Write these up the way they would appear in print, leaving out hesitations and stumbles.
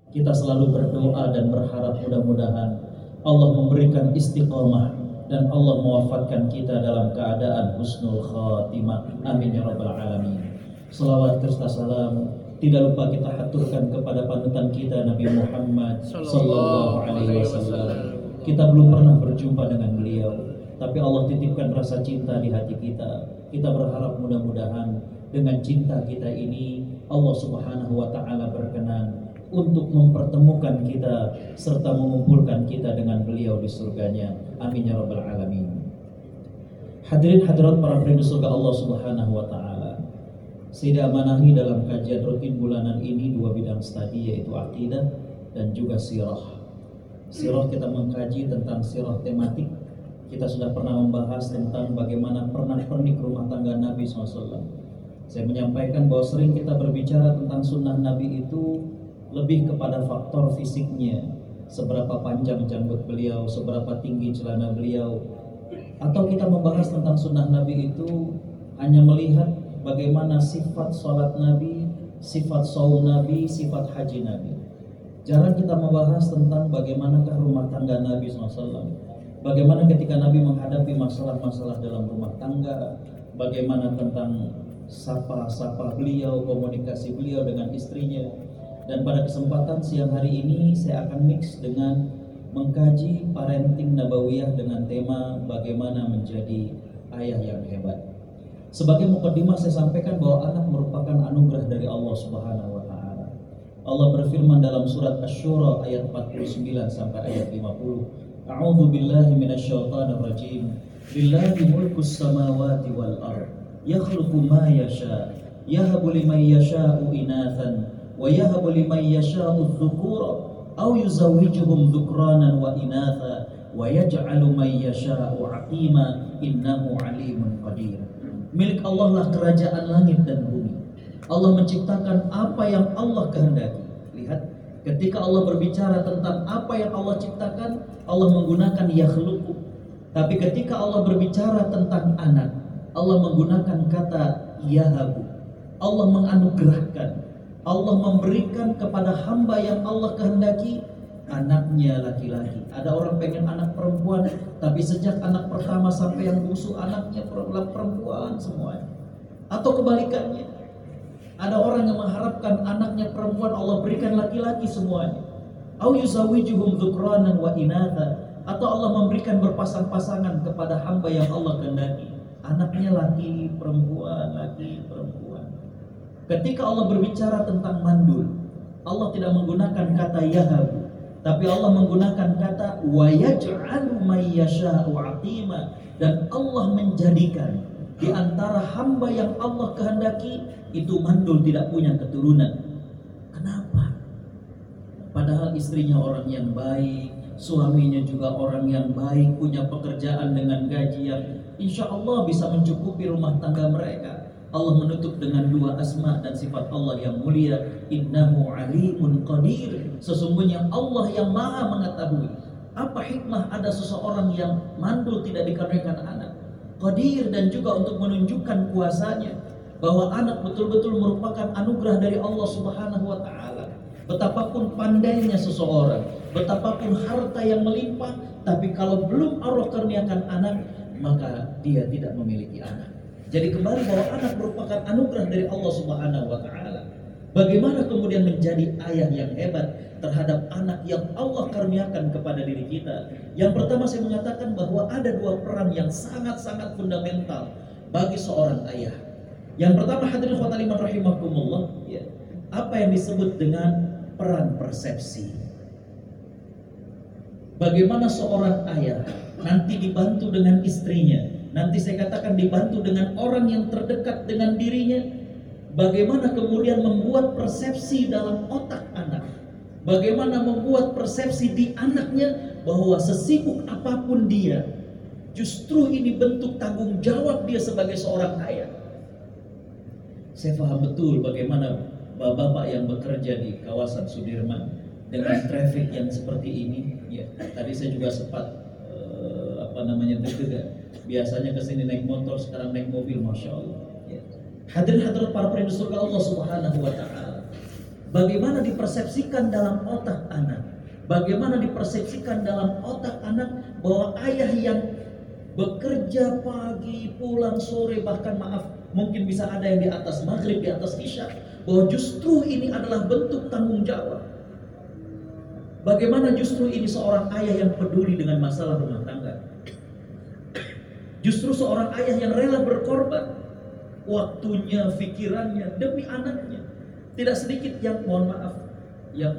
Kita selalu berdoa dan berharap mudah-mudahan Allah memberikan istiqomah dan Allah mewafatkan kita dalam keadaan husnul khatimah. Amin ya rabbal alamin. Salawat serta salam tidak lupa kita haturkan kepada panutan kita Nabi Muhammad sallallahu alaihi wasallam. Kita belum pernah berjumpa dengan beliau, tapi Allah titipkan rasa cinta di hati kita. Kita berharap mudah-mudahan dengan cinta kita ini Allah Subhanahu wa taala berkenan untuk mempertemukan kita serta mengumpulkan kita dengan beliau di surganya. Amin ya rabbal alamin. Hadirin hadirat para perindu surga Allah Subhanahu wa taala. Saya amanahi dalam kajian rutin bulanan ini dua bidang studi, yaitu akidah dan juga sirah. Sirah kita mengkaji tentang sirah tematik. Kita sudah pernah membahas tentang bagaimana pernak-pernik rumah tangga Nabi SAW. Saya menyampaikan bahwa sering kita berbicara tentang sunnah Nabi itu lebih kepada faktor fisiknya, seberapa panjang janggut beliau, seberapa tinggi celana beliau. Atau kita membahas tentang sunnah Nabi itu hanya melihat bagaimana sifat sholat Nabi, sifat saum Nabi, sifat haji Nabi. Jarang kita membahas tentang bagaimanakah rumah tangga Nabi SAW. Bagaimana ketika Nabi menghadapi masalah-masalah dalam rumah tangga, bagaimana tentang sapa-sapa beliau, komunikasi beliau dengan istrinya. Dan pada kesempatan siang hari ini saya akan mix dengan mengkaji parenting nabawiyah dengan tema bagaimana menjadi ayah yang hebat. Sebagai mukadimah saya sampaikan bahwa anak merupakan anugerah dari Allah Subhanahu wa taala. Allah berfirman dalam surat Asy-Syura ayat 49 sampai ayat 50. A'udzu billahi minasyaitonir rajim. Lillahi mulkus samawati wal ardh. Yakhluqu ma yasha. Yahabu liman yasha'u inathan wa yahabu liman yasha'u dzukura aw yuzawwijuhum dzukranan wa inatha wa yaj'alu man yasha'u 'aqima innahu 'alimun qadir. Milik Allah lah kerajaan langit dan bumi. Allah menciptakan apa yang Allah kehendaki. Lihat, ketika Allah berbicara tentang apa yang Allah ciptakan, Allah menggunakan yakhluqu. Tapi ketika Allah berbicara tentang anak, Allah menggunakan kata yahabu. Allah menganugerahkan, Allah memberikan kepada hamba yang Allah kehendaki anaknya laki-laki. Ada orang pengen anak perempuan, tapi sejak anak pertama sampai yang busuk anaknya perempuan semuanya. Atau kebalikannya, ada orang yang mengharapkan anaknya perempuan, Allah berikan laki-laki semuanya. Au yuzawijuhum dzukranan wa inatha, atau Allah memberikan berpasang-pasangan kepada hamba yang Allah kehendaki. Anaknya laki perempuan, laki perempuan. Ketika Allah berbicara tentang mandul, Allah tidak menggunakan kata yahabu, tapi Allah menggunakan kata wa yaj'alu may yasha'u 'aqima, dan Allah menjadikan di antara hamba yang Allah kehendaki itu mandul, tidak punya keturunan. Kenapa? Padahal istrinya orang yang baik, suaminya juga orang yang baik, punya pekerjaan dengan gaji yang insya Allah bisa mencukupi rumah tangga mereka. Allah menutup dengan dua asma dan sifat Allah yang mulia, innahu alimun qadir. Sesungguhnya Allah yang maha mengetahui. Apa hikmah ada seseorang yang mandul tidak dikaruniakan anak? Qadir, dan juga untuk menunjukkan kuasanya, bahwa anak betul-betul merupakan anugerah dari Allah Subhanahu wa taala. Betapapun pandainya seseorang, betapapun harta yang melimpah, tapi kalau belum Allah karuniakan anak, maka dia tidak memiliki anak. Jadi kembali bahwa anak merupakan anugerah dari Allah Subhanahu wa taala. Bagaimana kemudian menjadi ayah yang hebat terhadap anak yang Allah karuniakan kepada diri kita? Yang pertama saya mengatakan bahwa ada dua peran yang sangat-sangat fundamental bagi seorang ayah. Yang pertama, hadirin khotbah iman rahimakumullah, ya, apa yang disebut dengan peran persepsi. Bagaimana seorang ayah nanti dibantu dengan istrinya, nanti saya katakan dibantu dengan orang yang terdekat dengan dirinya, bagaimana kemudian membuat persepsi dalam otak anak, bagaimana membuat persepsi di anaknya bahwa sesibuk apapun dia, justru ini bentuk tanggung jawab dia sebagai seorang ayah. Saya paham betul bagaimana bapak-bapak yang bekerja di kawasan Sudirman dengan traffic yang seperti ini. Ya, tadi saya juga sempat deg-degan. Biasanya kesini naik motor, sekarang naik mobil, masya Allah. Ya. Hadirin hadirat para perindu surga Allah Subhanahu wa taala. Bagaimana dipersepsikan dalam otak anak? Bagaimana dipersepsikan dalam otak anak bahwa ayah yang bekerja pagi, pulang sore, bahkan maaf, mungkin bisa ada yang di atas maghrib, di atas isya, bahwa justru ini adalah bentuk tanggung jawab. Bagaimana justru ini seorang ayah yang peduli dengan masalah rumah tangga. Justru seorang ayah yang rela berkorban waktunya, pikirannya demi anaknya. Tidak sedikit yang, mohon maaf, yang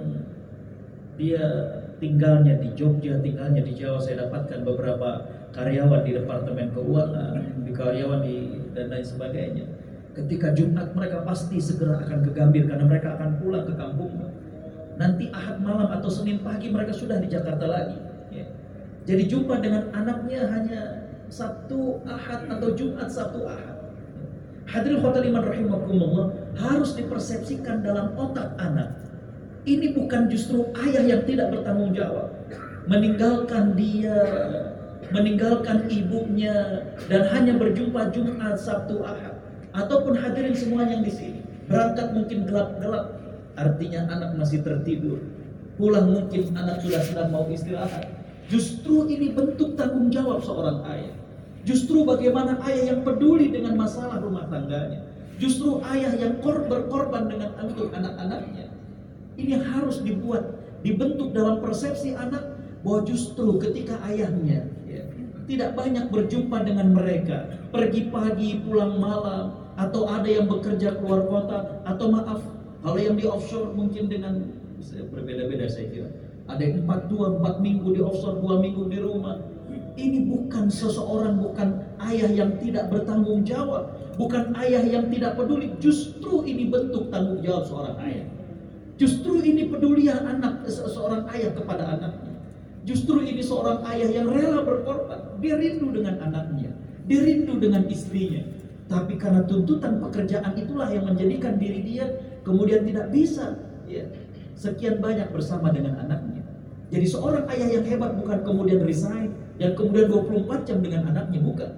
dia tinggalnya di Jogja, tinggalnya di Jawa. Saya dapatkan beberapa karyawan di Departemen Keuangan, di karyawan dan lain sebagainya. Ketika Jumat mereka pasti segera akan ke Gambir karena mereka akan pulang ke kampungnya. Nanti Ahad malam atau Senin pagi mereka sudah di Jakarta lagi. Ya. Jadi jumpa dengan anaknya hanya Sabtu Ahad atau Jumat Sabtu Ahad. Hadirin khotimah rahimakumullah, harus dipersepsikan dalam otak anak. Ini bukan justru ayah yang tidak bertanggung jawab, meninggalkan dia, meninggalkan ibunya, dan hanya berjumpa Jumat, Sabtu, Ahad. Ataupun hadirin semuanya yang di sini berangkat mungkin gelap-gelap, artinya anak masih tertidur. Pulang mungkin anak sudah sedang mau istirahat. Justru ini bentuk tanggung jawab seorang ayah. Justru bagaimana ayah yang peduli dengan masalah rumah tangganya. Justru ayah yang berkorban dengan untuk anak-anaknya. Ini harus dibentuk dalam persepsi anak bahwa justru ketika ayahnya tidak banyak berjumpa dengan mereka, pergi pagi pulang malam, atau ada yang bekerja keluar kota, atau maaf, kalau yang di offshore mungkin dengan berbeda-beda saya kira. Ada yang 4 minggu di offshore, 2 minggu di rumah. Ini bukan bukan ayah yang tidak bertanggung jawab, bukan ayah yang tidak peduli. Justru ini bentuk tanggung jawab seorang ayah. Justru ini pedulian seorang ayah kepada anaknya. Justru ini seorang ayah yang rela berkorban. Dia rindu dengan anaknya, dia rindu dengan istrinya. Tapi karena tuntutan pekerjaan itulah yang menjadikan diri dia kemudian tidak bisa sekian banyak bersama dengan anaknya. Jadi seorang ayah yang hebat bukan kemudian resign dan kemudian 24 jam dengan anaknya, bukan.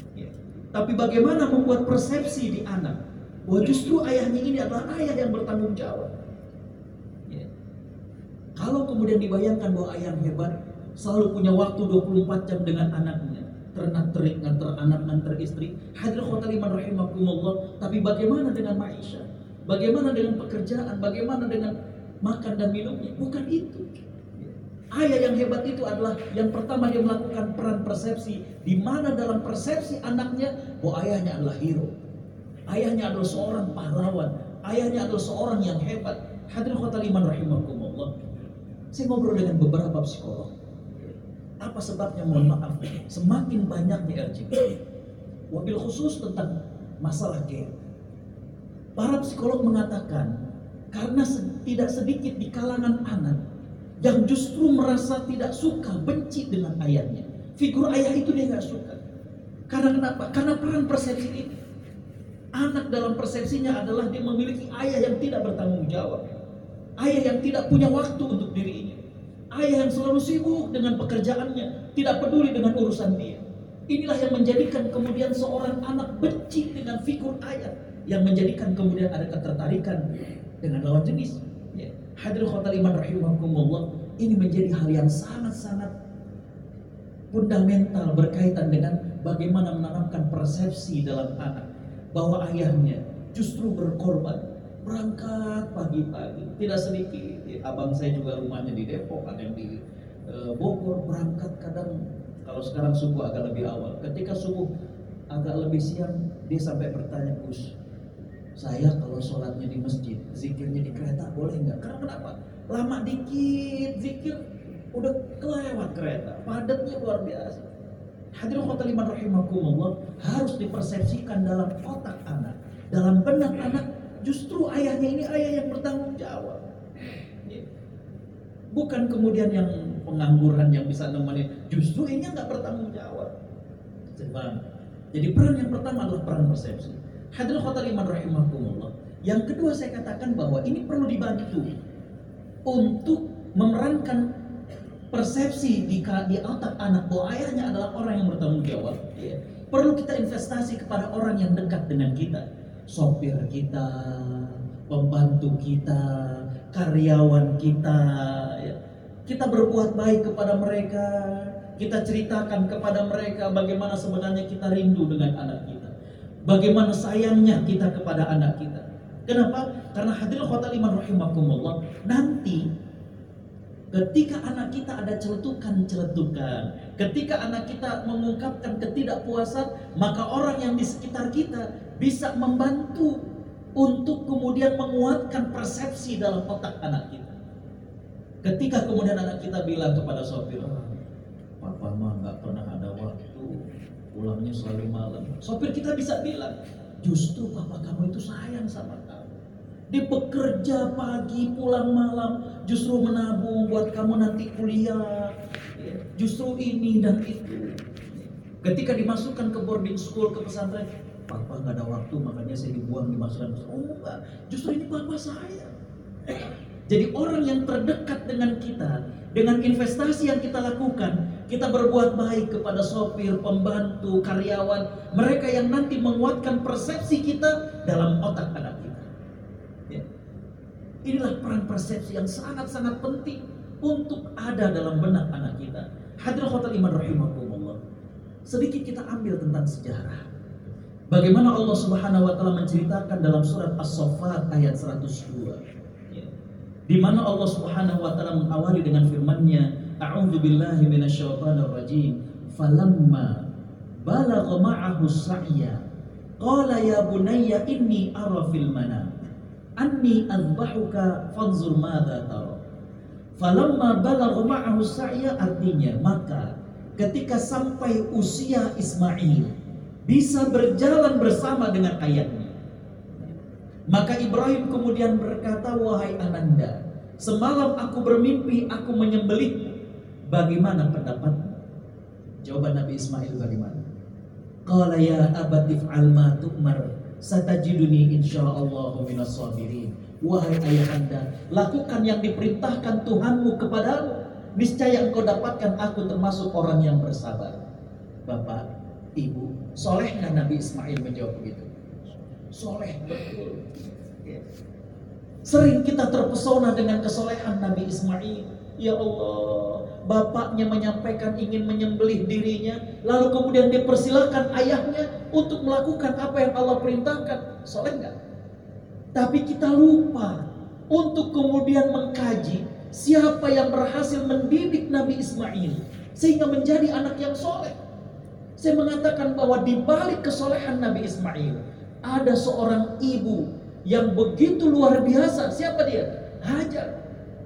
Tapi bagaimana membuat persepsi di anak bahwa justru ayahnya ini adalah ayah yang bertanggung jawab. Kalau kemudian dibayangkan bahwa ayah yang hebat selalu punya waktu 24 jam dengan anaknya, ternak-terik, ngantar anak, ngantar istri. Hadirin khotimah rahimakumullah. Tapi bagaimana dengan maisha? Bagaimana dengan pekerjaan? Bagaimana dengan makan dan minumnya? Bukan itu. Ayah yang hebat itu adalah yang pertama dia melakukan peran persepsi, di mana dalam persepsi anaknya bahwa ayahnya adalah hero, ayahnya adalah seorang pahlawan, ayahnya adalah seorang yang hebat. Hadirin khotimah rahimakumullah. Saya ngobrol dengan beberapa psikolog. Apa sebabnya? Mohon maaf, semakin banyaknya LGBT, wabil khusus tentang masalah gay. Para psikolog mengatakan karena tidak sedikit di kalangan anak yang justru merasa tidak suka, benci dengan ayahnya. Figur ayah itu dia gak suka. Karena kenapa? Karena peran persepsi ini. Anak dalam persepsinya adalah dia memiliki ayah yang tidak bertanggung jawab, ayah yang tidak punya waktu untuk dirinya, ayah yang selalu sibuk dengan pekerjaannya, tidak peduli dengan urusan dia. Inilah yang menjadikan kemudian seorang anak benci dengan figur ayah, yang menjadikan kemudian ada ketertarikan dengan lawan jenis. Hadirin khotimah rahimakumullah, ini menjadi hal yang sangat-sangat fundamental berkaitan dengan bagaimana menanamkan persepsi dalam anak bahwa ayahnya justru berkorban, berangkat pagi-pagi. Tidak sedikit, abang saya juga rumahnya di Depok, ada yang di Bogor, berangkat kadang kalau sekarang subuh agak lebih awal. Ketika subuh agak lebih siang, dia sampai bertanya, Gus, saya kalau sholatnya di masjid, zikirnya di kereta boleh nggak? Karena kenapa? Lama dikit zikir, udah kelewat kereta, padatnya luar biasa. Hadirin khotimah rahimakumullah, harus dipersepsikan dalam otak anak, dalam benak anak, justru ayahnya ini ayah yang bertanggung jawab. Bukan kemudian yang pengangguran yang bisa nemenin, justru ini nggak bertanggung jawab. Jadi peran yang pertama adalah peran persepsi. Hadirin khotimah rahimakumullah. Yang kedua saya katakan bahwa ini perlu dibantu untuk memerankan persepsi di otak anak bahwa ayahnya adalah orang yang bertanggung jawab. Perlu kita investasi kepada orang yang dekat dengan kita, sopir kita, pembantu kita, karyawan kita, ya. Kita berbuat baik kepada mereka, kita ceritakan kepada mereka bagaimana sebenarnya kita rindu dengan anak kita, bagaimana sayangnya kita kepada anak kita. Kenapa? Karena hadirin khotul iman rahimakumullah, nanti ketika anak kita ada celetukan-celetukan, ketika anak kita mengungkapkan ketidakpuasan, maka orang yang di sekitar kita bisa membantu untuk kemudian menguatkan persepsi dalam otak anak kita. Ketika kemudian anak kita bilang kepada sopir, papa mah gak pernah ada waktu, pulangnya selalu malam. Sopir kita bisa bilang, justru papa kamu itu sayang sama kamu. Dia bekerja pagi, pulang malam, justru menabung buat kamu nanti kuliah. Justru ini dan itu. Ketika dimasukkan ke boarding school, ke pesantren, papa nggak ada waktu, makanya saya dibuang, dimasukkan. Oh enggak, justru ini papa saya. Jadi orang yang terdekat dengan kita, dengan investasi yang kita lakukan, kita berbuat baik kepada sopir, pembantu, karyawan, mereka yang nanti menguatkan persepsi kita dalam otak anak kita. Inilah peran persepsi yang sangat-sangat penting untuk ada dalam benak anak kita. Hadirin khotul iman rahimakumullah. Sedikit kita ambil tentang sejarah. Bagaimana Allah Subhanahu wa taala menceritakan dalam surat As-Saffat ayat 102. Di mana Allah Subhanahu wa taala mengawali dengan firman-Nya, A'udzu billahi minasyaitonir rajim. Falamma balagha ma'ahu as-sa'ya qala ya bunayya inni ara fil manam anni azbahuka fanzur madza tara. Falamma balagha ma'ahu as-sa'ya, artinya maka ketika sampai usia Ismail bisa berjalan bersama dengan ayahnya, maka Ibrahim kemudian berkata, wahai ananda, semalam aku bermimpi aku menyembelih. Bagaimana pendapatmu? Jawaban Nabi Ismail bagaimana? Qala ya abati fa'al ma tu'mar satajiduni insyaallah minas sabirin. Wahai ayahanda, lakukan yang diperintahkan Tuhanmu kepadamu, niscaya engkau dapatkan aku termasuk orang yang bersabar. Bapak, Ibu, soleh nggak Nabi Ismail menjawab begitu? Soleh betul. Sering kita terpesona dengan kesolehan Nabi Ismail. Ya Allah, bapaknya menyampaikan ingin menyembelih dirinya, lalu kemudian dipersilakan ayahnya untuk melakukan apa yang Allah perintahkan. Soleh nggak? Tapi kita lupa untuk kemudian mengkaji siapa yang berhasil mendidik Nabi Ismail sehingga menjadi anak yang soleh. Saya mengatakan bahwa di balik kesolehan Nabi Ismail ada seorang ibu yang begitu luar biasa. Siapa dia? Hajar.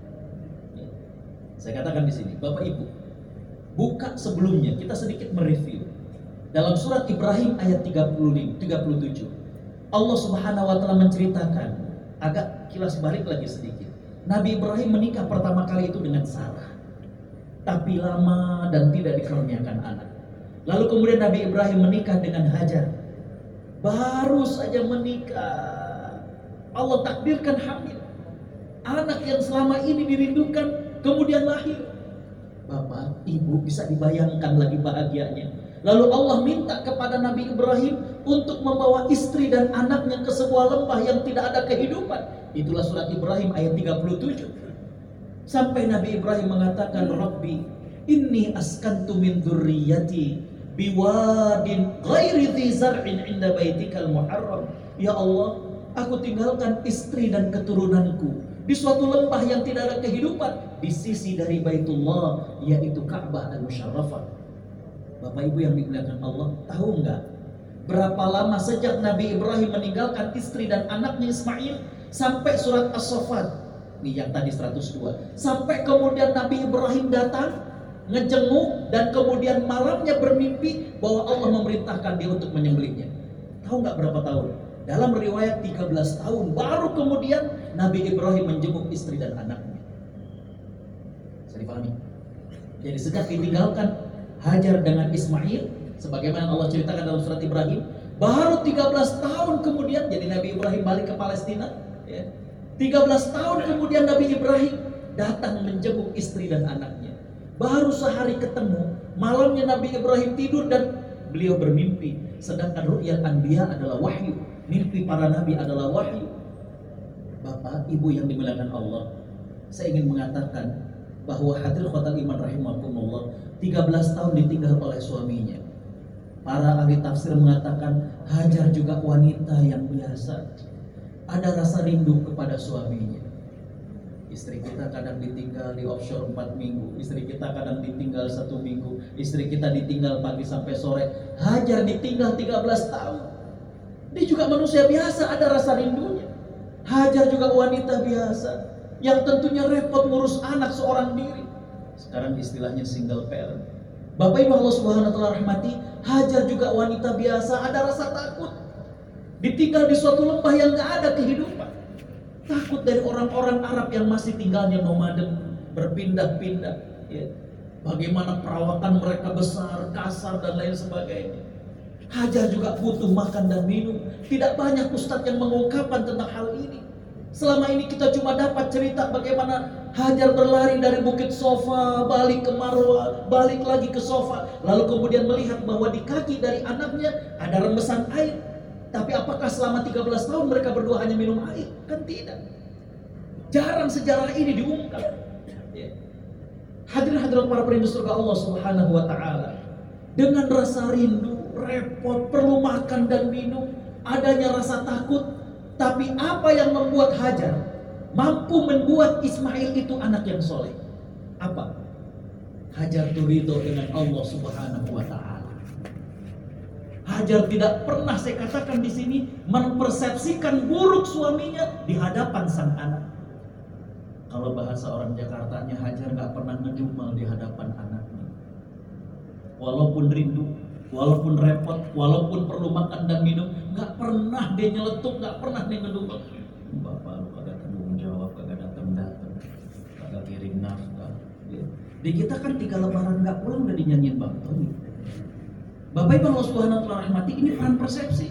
Saya katakan di sini, Bapak Ibu, buka sebelumnya kita sedikit mereview. Dalam surat Ibrahim ayat 37, Allah Subhanahu wa taala menceritakan, agak kilas balik lagi sedikit. Nabi Ibrahim menikah pertama kali itu dengan Sarah, tapi lama dan tidak dikaruniakan anak. Lalu kemudian Nabi Ibrahim menikah dengan Hajar. Baru saja menikah, Allah takdirkan hamil. Anak yang selama ini dirindukan kemudian lahir. Bapak, Ibu bisa dibayangkan lagi bahagianya. Lalu Allah minta kepada Nabi Ibrahim untuk membawa istri dan anaknya ke sebuah lembah yang tidak ada kehidupan. Itulah surat Ibrahim ayat 37. Sampai Nabi Ibrahim mengatakan, Rabbi, inni askantu min dzurriyyati biwadin ghairi dzi zar'in 'inda baitikal muharram. Ya Allah, aku tinggalkan istri dan keturunanku di suatu lembah yang tidak ada kehidupan di sisi dari Baitullah, yaitu Ka'bah al-Musyarrafah. Bapak Ibu yang dimuliakan Allah, tahu enggak berapa lama sejak Nabi Ibrahim meninggalkan istri dan anaknya Ismail sampai surat As-Saffat nih yang tadi 102, sampai kemudian Nabi Ibrahim datang ngejenguk dan kemudian malamnya bermimpi bahwa Allah memerintahkan dia untuk menyembelihnya. Tahu enggak berapa tahun? Dalam riwayat 13 tahun baru kemudian Nabi Ibrahim menjenguk istri dan anaknya. Bisa dipahami? Jadi sejak ditinggalkan Hajar dengan Ismail, sebagaimana Allah ceritakan dalam surat Ibrahim, baru 13 tahun kemudian, jadi Nabi Ibrahim balik ke Palestina, ya. 13 tahun kemudian Nabi Ibrahim datang menjenguk istri dan anaknya. Baru sehari ketemu, malamnya Nabi Ibrahim tidur dan beliau bermimpi. Sedangkan ru'yal anbiya adalah wahyu, mimpi para nabi adalah wahyu. Bapak, Ibu yang dimuliakan Allah, saya ingin mengatakan bahwa hadir khotal iman rahimakumullah 13 tahun ditinggal oleh suaminya. Para ahli tafsir mengatakan Hajar juga wanita yang biasa, ada rasa rindu kepada suaminya. Istri kita kadang ditinggal di offshore 4 minggu, istri kita kadang ditinggal 1 minggu, istri kita ditinggal pagi sampai sore. Hajar ditinggal 13 tahun. Dia juga manusia biasa, ada rasa rindunya. Hajar juga wanita biasa yang tentunya repot ngurus anak seorang diri. Sekarang istilahnya single parent. Bapak Ibu Allah Subhanahu wa taala rahmati, Hajar juga wanita biasa, ada rasa takut. Ditinggal di suatu lembah yang gak ada kehidupan. Takut dari orang-orang Arab yang masih tinggalnya nomaden, berpindah-pindah. Ya. Bagaimana perawatan mereka besar, kasar dan lain sebagainya. Hajar juga butuh makan dan minum. Tidak banyak ustadz yang mengungkapkan tentang hal ini. Selama ini kita cuma dapat cerita bagaimana Hajar berlari dari Bukit Sofa, balik ke Marwah, balik lagi ke Sofa. Lalu kemudian melihat bahwa di kaki dari anaknya ada rembesan air. Tapi apakah selama 13 tahun mereka berdua hanya minum air? Kan tidak. Jarang sejarah ini diungkap. Ya. Hadirin-hadirat para perindu surga Allah Subhanahu wa taala. Dengan rasa rindu, repot, perlu makan dan minum, adanya rasa takut. Tapi apa yang membuat Hajar mampu membuat Ismail itu anak yang soleh? Apa? Hajar itu ridho dengan Allah Subhanahu wa taala. Hajar tidak pernah, saya katakan di sini, mempersepsikan buruk suaminya di hadapan sang anak. Kalau bahasa orang Jakartanya, Hajar nggak pernah ngedumel di hadapan anaknya. Walaupun rindu, walaupun repot, walaupun perlu makan dan minum, nggak pernah dia nyeletuk, nggak pernah dia ngedumel. Bapak lu kagak tanggung jawab, kagak datang, kagak kirim nafkah. Di kita kan 3 lebaran nggak pulang udah dinyanyiin Bang Tony. Bapak Ibu Allah Subhanahu wa taala rahmati, ini peran persepsi.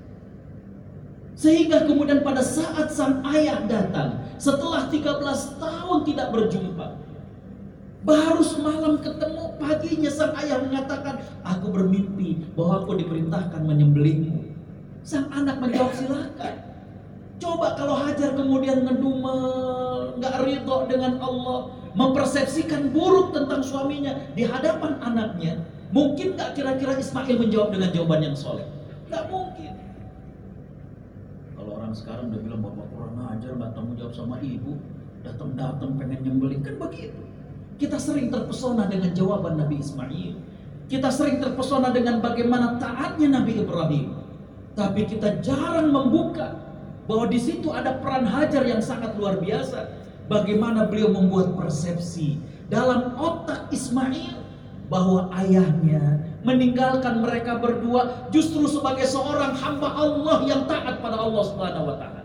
Sehingga kemudian pada saat sang ayah datang, setelah 13 tahun tidak berjumpa, baru semalam ketemu, paginya sang ayah mengatakan, aku bermimpi bahwa aku diperintahkan menyembelihmu. Sang anak menjawab, silakan. Coba kalau Hajar kemudian ngedumel, gak ridho dengan Allah, mempersepsikan buruk tentang suaminya di hadapan anaknya, mungkin gak kira-kira Ismail menjawab dengan jawaban yang soleh? Gak mungkin. Kalau orang sekarang udah bilang bapak kurang ajar, gak tanggung jawab sama ibu, datang pengen nyembelih, kan begitu. Kita sering terpesona dengan jawaban Nabi Ismail. Kita sering terpesona dengan bagaimana taatnya Nabi Ibrahim. Tapi kita jarang membuka bahwa di situ ada peran Hajar yang sangat luar biasa. Bagaimana beliau membuat persepsi dalam otak Ismail bahwa ayahnya meninggalkan mereka berdua justru sebagai seorang hamba Allah yang taat pada Allah Subhanahu wa taala.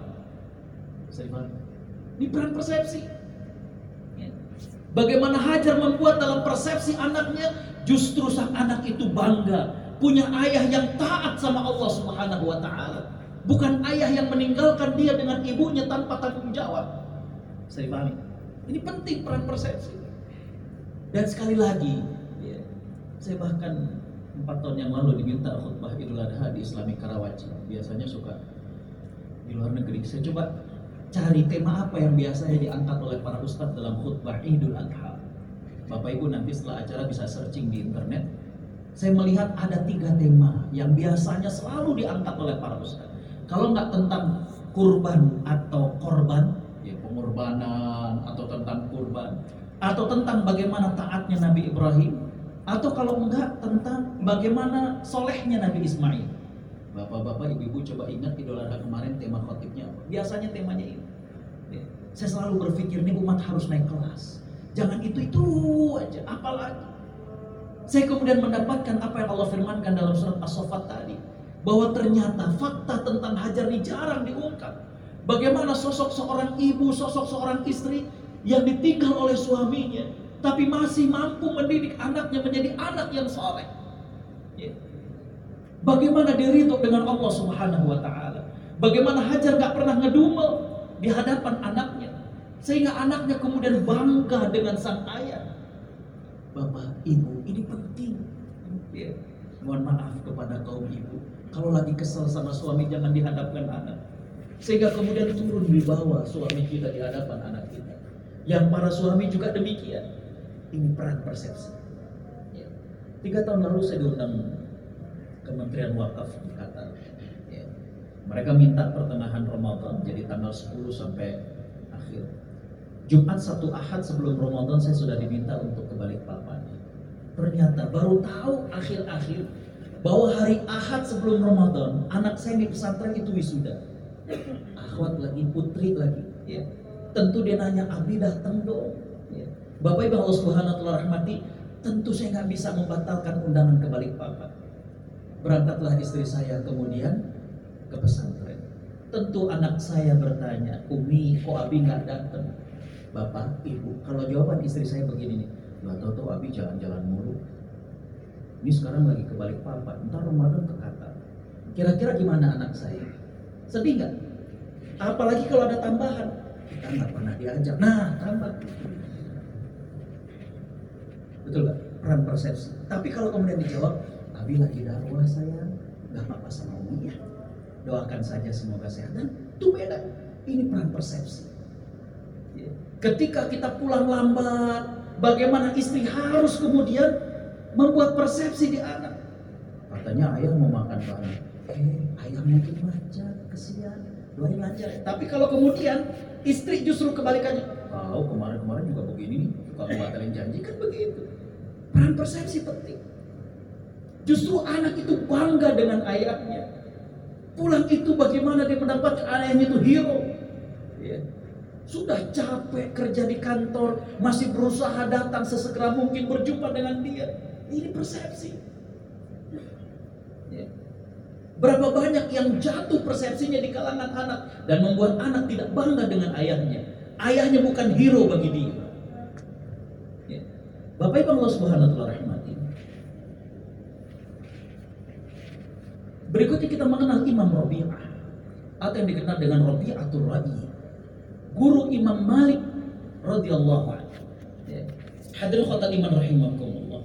Ini peran persepsi. Bagaimana Hajar membuat dalam persepsi anaknya, justru sang anak itu bangga punya ayah yang taat sama Allah Subhanahu wa taala, bukan ayah yang meninggalkan dia dengan ibunya tanpa tanggung jawab. Saya pahami. Ini penting peran persepsi. Dan sekali lagi, ya, saya bahkan 4 tahun yang lalu diminta khutbah Idul Adha di Islami Karawaci. Biasanya suka di luar negeri. Saya coba cari tema apa yang biasanya diangkat oleh para ustadz dalam khutbah Idul Adha. Bapak Ibu nanti setelah acara bisa searching di internet. Saya melihat ada 3 tema yang biasanya selalu diangkat oleh para ustadz. Kalau nggak tentang kurban atau korban, ya pengorbanan, atau tentang kurban, atau tentang bagaimana taatnya Nabi Ibrahim, atau kalau enggak tentang bagaimana solehnya Nabi Ismail. Bapak-bapak, ibu-ibu coba ingat Idul Adha kemarin tema khotibnya apa? Biasanya temanya ini. Ya. Saya selalu berpikir nih umat harus naik kelas. Jangan itu aja, apalagi. Saya kemudian mendapatkan apa yang Allah firmankan dalam surat As-Saffat tadi, bahwa ternyata fakta tentang Hajar ini jarang diungkap. Bagaimana sosok seorang ibu, sosok seorang istri yang ditinggal oleh suaminya, tapi masih mampu mendidik anaknya menjadi anak yang soleh. Ya. Bagaimana dia ridho dengan Allah Subhanahu wa taala. Bagaimana Hajar gak pernah ngedumel di hadapan anaknya, sehingga anaknya kemudian bangga dengan sang ayah. Bapak, ibu, ini penting. Ya. Mohon maaf kepada kaum ibu, kalau lagi kesel sama suami jangan dihadapkan anak. Sehingga kemudian turun di bawah suami kita di hadapan anak kita. Yang para suami juga demikian. Ini peran persepsi. 3 tahun lalu saya diundang Kementerian Wakaf di Qatar. Mereka minta pertengahan Ramadan, jadi tanggal 10 sampai akhir. Jumat, Sabtu, Ahad sebelum Ramadan saya sudah diminta untuk ke Balikpapan. Ternyata baru tahu akhir-akhir bahwa hari Ahad sebelum Ramadan anak saya di pesantren itu wisuda. Akhwat lagi, putri lagi. Ya. Tentu dia nanya, Abi datang dong. Ya. Bapak Ibu Allah Subhanahu wa Ta'ala rahmati, tentu saya nggak bisa membatalkan undangan ke Balikpapan. Berangkatlah istri saya kemudian ke pesantren. Tentu anak saya bertanya, Umi, kok Abi nggak datang? Bapak, Ibu, kalau jawaban istri saya begini nih, nggak tahu Abi jalan-jalan mulu. Ini sekarang lagi ke Balikpapan, entar Ramadan ke Qatar. Kira-kira gimana anak saya? Sedih nggak? Apalagi kalau ada tambahan, kita nggak pernah diajak. Nah, tambah. Betul nggak? Peran persepsi. Tapi kalau kemudian dijawab, Abi lagi dakwah sayang, nggak apa-apa sama Umi ya. Doakan saja semoga sehat. Dan itu beda. Ini peran persepsi. Ketika kita pulang lambat, bagaimana istri harus kemudian membuat persepsi di anak. Katanya ayah mau makan bareng. Ayah mungkin macet, kesian, doain lancar. Tapi kalau kemudian istri justru kebalikannya. Kemarin-kemarin juga begini nih, suka membatalin janji, kan begitu. Peran persepsi penting. Justru anak itu bangga dengan ayahnya. Pulang itu bagaimana dia mendapatkan ayahnya itu hero. Sudah capek kerja di kantor, masih berusaha datang sesegera mungkin berjumpa dengan dia. Ini persepsi. Berapa banyak yang jatuh persepsinya di kalangan anak dan membuat anak tidak bangga dengan ayahnya. Ayahnya bukan hero bagi dia. Bapak Ibu Allah Subhanahu wa Ta'ala rahmati. Berikutnya kita mengenal Imam Rabi'ah atau yang dikenal dengan Rabi'atul Ra'i. Guru Imam Malik radhiyallahu anhu. Hadirin khotal iman rahimakumullah.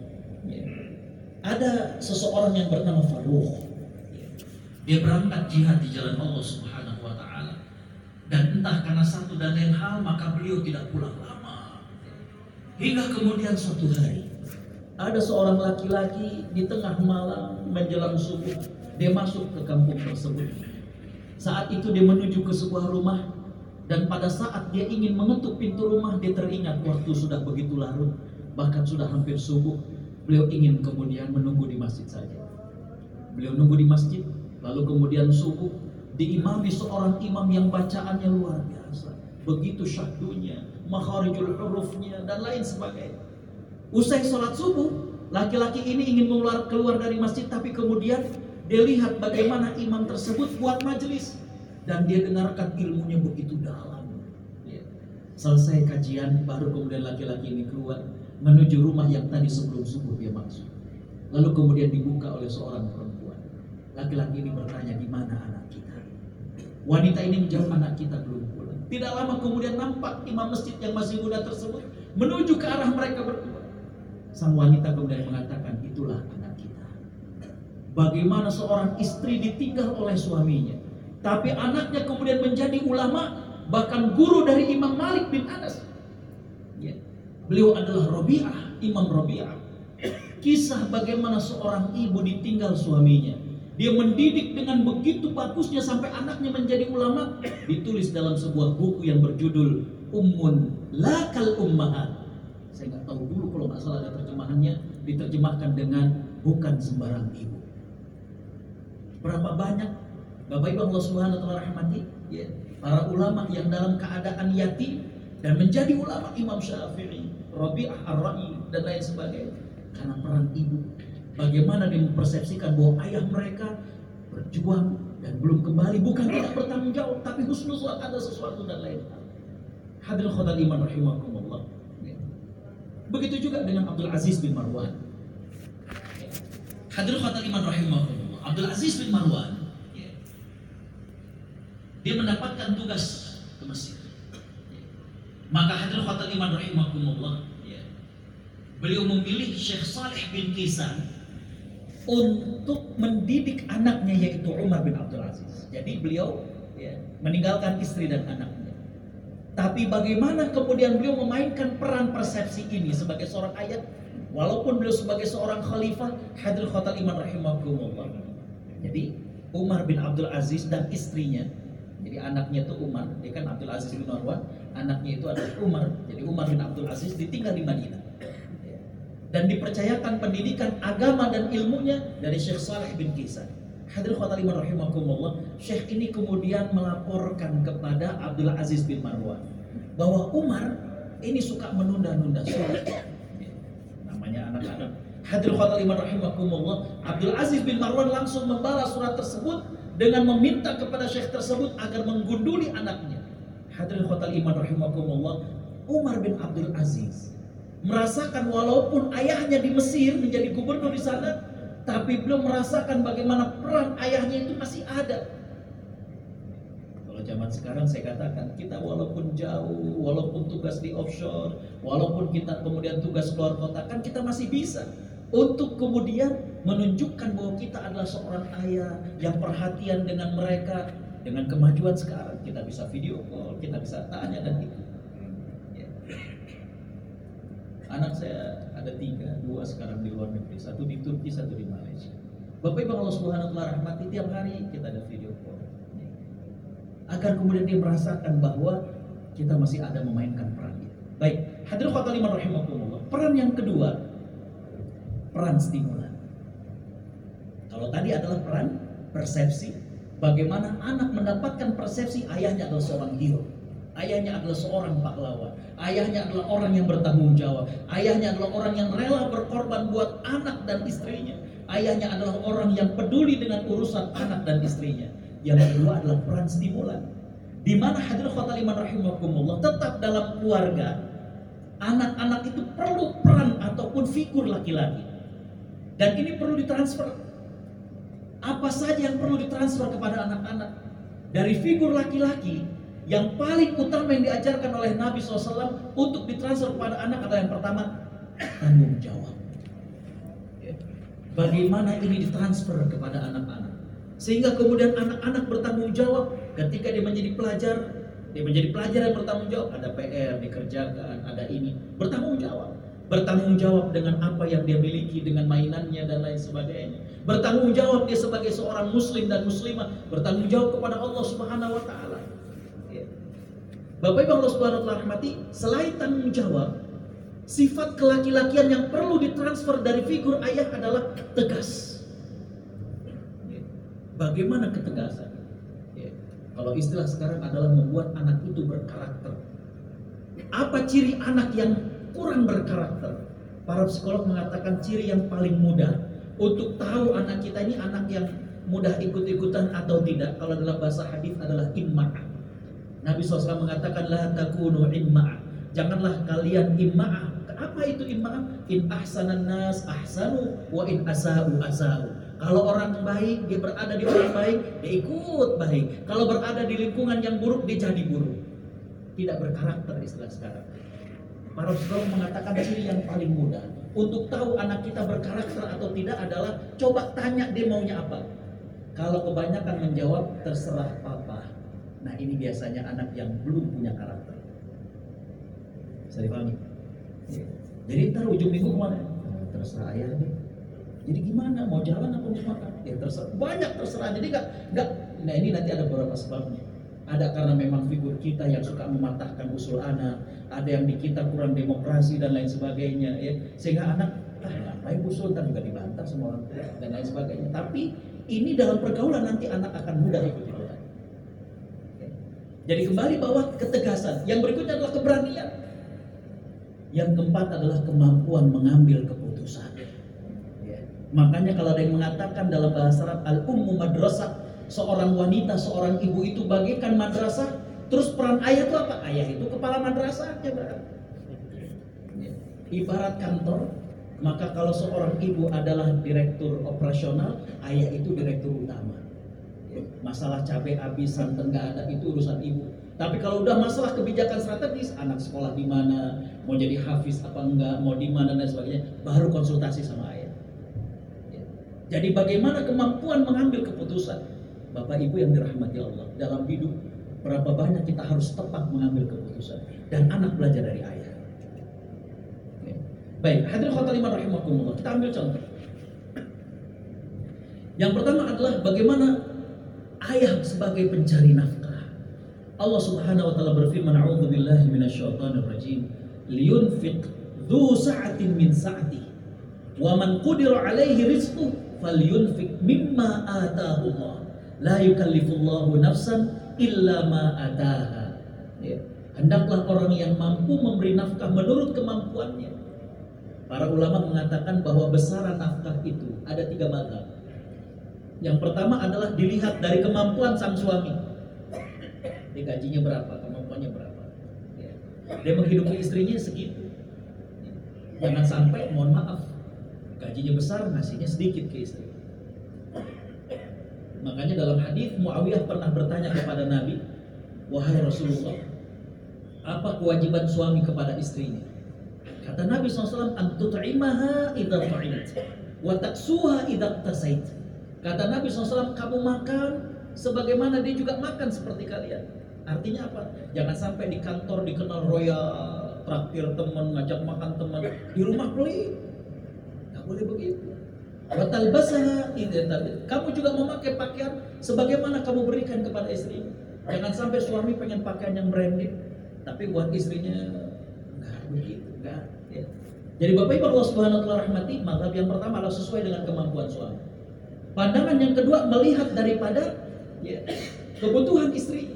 Ada seseorang yang bernama Faruq. Dia berangkat jihad di jalan Allah Subhanahu wa Ta'ala. Dan entah karena satu dan lain hal maka beliau tidak pulang lama. Hingga kemudian suatu hari ada seorang laki-laki di tengah malam menjelang subuh, dia masuk ke kampung tersebut. Saat itu dia menuju ke sebuah rumah. Dan pada saat dia ingin mengetuk pintu rumah, dia teringat waktu sudah begitu larut, bahkan sudah hampir subuh. Beliau ingin kemudian menunggu di masjid saja. Beliau nunggu di masjid, lalu kemudian subuh diimami seorang imam yang bacaannya luar biasa. Begitu syahdunya, makharijul hurufnya, dan lain sebagainya. Usai sholat subuh, laki-laki ini ingin keluar dari masjid, tapi kemudian dia lihat bagaimana imam tersebut buat majelis. Dan dia dengarkan ilmunya begitu dalam. Selesai kajian, baru kemudian laki-laki ini keluar menuju rumah yang tadi sebelum subuh dia masuk. Lalu kemudian dibuka oleh seorang perempuan. Laki-laki ini bertanya, di mana anak kita? Wanita ini menjawab, anak kita belum pulang. Tidak lama kemudian nampak imam masjid yang masih muda tersebut menuju ke arah mereka berdua. Sang wanita kemudian mengatakan, itulah anak kita. Bagaimana seorang istri ditinggal oleh suaminya, tapi anaknya kemudian menjadi ulama, bahkan guru dari Imam Malik bin Anas. Beliau adalah Rabi'ah, Imam Rabi'ah. Kisah bagaimana seorang ibu ditinggal suaminya, dia mendidik dengan begitu bagusnya sampai anaknya menjadi ulama, ditulis dalam sebuah buku yang berjudul Ummun Lakal Ummahat. Saya nggak tahu dulu kalau nggak salah ada terjemahannya, diterjemahkan dengan bukan sembarang ibu. Berapa banyak Bapak Ibu Allah Subhanahu wa Ta'ala rahmati, para ulama yang dalam keadaan yatim dan menjadi ulama, Imam Syafi'i, Rabi'ah Ar-Ra'i dan lain sebagainya, karena peran ibu. Bagaimana dia mempersepsikan bahwa ayah mereka berjuang dan belum kembali, bukan tidak bertanggung jawab, tapi husnuzon ada sesuatu dan lain hal. Hadirin khotal iman rahimakumullah. Begitu juga dengan Abdul Aziz bin Marwan. Hadirin khotal iman rahimakumullah. Abdul Aziz bin Marwan, dia mendapatkan tugas ke Mesir. Maka hadirin khotal iman rahimakumullah, beliau memilih Syekh Saleh bin Kisan untuk mendidik anaknya, yaitu Umar bin Abdul Aziz. Jadi beliau ya, meninggalkan istri dan anaknya. Tapi bagaimana kemudian beliau memainkan peran persepsi ini sebagai seorang ayah, walaupun beliau sebagai seorang khalifah. Hadirin khotal iman rahimakumullah. Jadi Umar bin Abdul Aziz dan istrinya, jadi anaknya itu Umar, dia kan Abdul Aziz bin Marwan, anaknya itu adalah Umar. Jadi Umar bin Abdul Aziz ditinggal di Madinah dan dipercayakan pendidikan agama dan ilmunya dari Syekh Saleh bin Kaisan. Hadirin khotal iman rahimakumullah, Syekh ini kemudian melaporkan kepada Abdul Aziz bin Marwan bahwa Umar ini suka menunda-nunda sholat. Namanya anak-anak. Hadirin khotal iman rahimakumullah, Abdul Aziz bin Marwan langsung membalas surat tersebut dengan meminta kepada Syekh tersebut agar menggunduli anaknya. Hadirin khotal iman rahimakumullah, Umar bin Abdul Aziz merasakan walaupun ayahnya di Mesir menjadi gubernur di sana, tapi belum merasakan bagaimana peran ayahnya itu masih ada. Kalau zaman sekarang saya katakan, kita walaupun jauh, walaupun tugas di offshore, walaupun kita kemudian tugas keluar kota, kan kita masih bisa untuk kemudian menunjukkan bahwa kita adalah seorang ayah yang perhatian dengan mereka. Dengan kemajuan sekarang, kita bisa video call, kita bisa tanya dan itu. Anak saya ada 3, 2 sekarang di luar negeri, 1 di Turki, 1 di Malaysia. Bapak Ibu Allah Subhanahu wa taala rahmati, tiap hari kita ada video call. Agar kemudian dia merasakan bahwa kita masih ada memainkan peran itu. Baik, hadirin khotal iman rahimakumullah. Peran yang kedua, peran stimulan. Kalau tadi adalah peran persepsi, bagaimana anak mendapatkan persepsi ayahnya adalah seorang hero. Ayahnya adalah seorang pahlawan. Ayahnya adalah orang yang bertanggung jawab. Ayahnya adalah orang yang rela berkorban buat anak dan istrinya. Ayahnya adalah orang yang peduli dengan urusan anak dan istrinya. Yang kedua adalah peran stimulan, di mana hadirin khotal iman rahimakumullah, tetap dalam keluarga anak-anak itu perlu peran ataupun figur laki-laki. Dan ini perlu ditransfer. Apa saja yang perlu ditransfer kepada anak-anak dari figur laki-laki? Yang paling utama yang diajarkan oleh Nabi SAW untuk ditransfer kepada anak adalah yang pertama, tanggung jawab. Bagaimana ini ditransfer kepada anak-anak, sehingga kemudian anak-anak bertanggung jawab ketika dia menjadi pelajar. Dia menjadi pelajar yang bertanggung jawab, ada PR dikerjakan, ada ini, bertanggung jawab. Bertanggung jawab dengan apa yang dia miliki, dengan mainannya dan lain sebagainya. Bertanggung jawab dia sebagai seorang muslim dan muslimah, bertanggung jawab kepada Allah Subhanahu wa taala. Bapak Ibu Allah Subhanahu wa taala rahmati, selain tanggung jawab, sifat kelaki-lakian yang perlu ditransfer dari figur ayah adalah tegas. Bagaimana ketegasan? Kalau istilah sekarang adalah membuat anak itu berkarakter. Apa ciri anak yang kurang berkarakter? Para psikolog mengatakan ciri yang paling mudah untuk tahu anak kita ini anak yang mudah ikut-ikutan atau tidak, kalau dalam bahasa hadis adalah imma'ah. Nabi SAW mengatakan la takunu imma'ah, janganlah kalian imma'ah. Apa itu imma'ah? In ahsanan nas ahsanu wa in asa'u asa'u. Kalau orang baik, dia berada di orang baik, dia ikut baik. Kalau berada di lingkungan yang buruk, dia jadi buruk. Tidak berkarakter istilah sekarang. Para psikolog mengatakan ciri yang paling mudah untuk tahu anak kita berkarakter atau tidak adalah coba tanya dia maunya apa. Kalau kebanyakan menjawab terserah papa, nah ini biasanya anak yang belum punya karakter. Bisa dipahami? Jadi ntar ujung minggu kemana? Terserah ayah deh. Jadi gimana? Mau jalan apa mau makan? Ya terserah. Banyak terserah. Jadi nggak. Nah ini nanti ada beberapa sebabnya. Ada karena memang figur kita yang suka mematahkan usul anak. Ada yang di kita kurang demokrasi dan lain sebagainya. Ya. Sehingga anak, ngapain usul? Ntar juga dibantah sama orang tua dan lain sebagainya. Tapi ini dalam pergaulan nanti anak akan mudah ikut-ikutan. Jadi kembali bahwa ketegasan. Yang berikutnya adalah keberanian. Yang keempat adalah kemampuan mengambil keputusan. Makanya kalau ada yang mengatakan dalam bahasa Arab al-ummu madrasah, seorang wanita, seorang ibu itu bagaikan madrasah. Terus peran ayah itu apa? Ayah itu kepala madrasahnya berarti. Ibarat kantor, maka kalau seorang ibu adalah direktur operasional, ayah itu direktur utama. Masalah cabai habis, santan nggak ada, itu urusan ibu. Tapi kalau udah masalah kebijakan strategis, anak sekolah di mana, mau jadi hafiz apa enggak, mau di mana dan sebagainya, baru konsultasi sama ayah. Jadi bagaimana kemampuan mengambil keputusan? Bapak Ibu yang dirahmati Allah, dalam hidup berapa banyak kita harus tepat mengambil keputusan, dan anak belajar dari ayah. Oke. Baik, hadirin khotul iman rahimakumullah, kita ambil contoh. Yang pertama adalah bagaimana ayah sebagai pencari nafkah. Allah Subhanahu wa taala berfirman, "A'udzubillahi minasyaitonir rajim. Liyunfiq dzu sa'atin min sa'atihi wa man qudira 'alaihi rizquhu falyunfiq mimma ataahu Allah. La yukallifullahu nafsan illa ma ataaha." Ya. Hendaklah orang yang mampu memberi nafkah menurut kemampuannya. Para ulama mengatakan bahwa besaran nafkah itu ada 3 mazhab. Yang pertama adalah dilihat dari kemampuan sang suami. Dia gajinya berapa, kemampuannya berapa. Ya. Dia menghidupi istrinya segitu. Jangan sampai, mohon maaf, gajinya besar, ngasihnya sedikit ke istri. Makanya dalam hadis Muawiyah pernah bertanya kepada Nabi, "Wahai Rasulullah, apa kewajiban suami kepada istrinya?" Kata Nabi SAW, "An tut'imaha idza ta'imta wa taksuha idza tasait." Kata Nabi SAW, kamu makan sebagaimana dia juga makan seperti kalian. Artinya apa? Jangan sampai di kantor dikenal royal, traktir teman, ngajak makan teman, di rumah pelit. Gak boleh begitu. Batal basah, kamu juga memakai pakaian sebagaimana kamu berikan kepada istri. Jangan sampai suami pengen pakaian yang branded, tapi buat istrinya enggak begitu, enggak. Ya. Jadi Bapak Ibu Allah Subhanahu wa taala rahmati, mazhab yang pertama adalah sesuai dengan kemampuan suami. Pandangan yang kedua melihat daripada kebutuhan istri.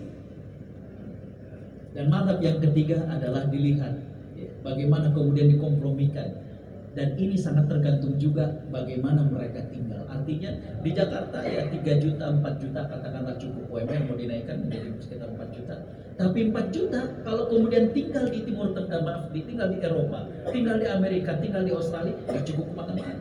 Dan mazhab yang ketiga adalah dilihat bagaimana kemudian dikompromikan. Dan ini sangat tergantung juga bagaimana mereka tinggal. Artinya di Jakarta 3 juta, 4 juta katakanlah cukup, UMR mau dinaikkan menjadi sekitar 4 juta. Tapi 4 juta kalau kemudian tinggal di Timur Tengah, tinggal di Eropa, tinggal di Amerika, tinggal di Australia, gak cukup makan-makan.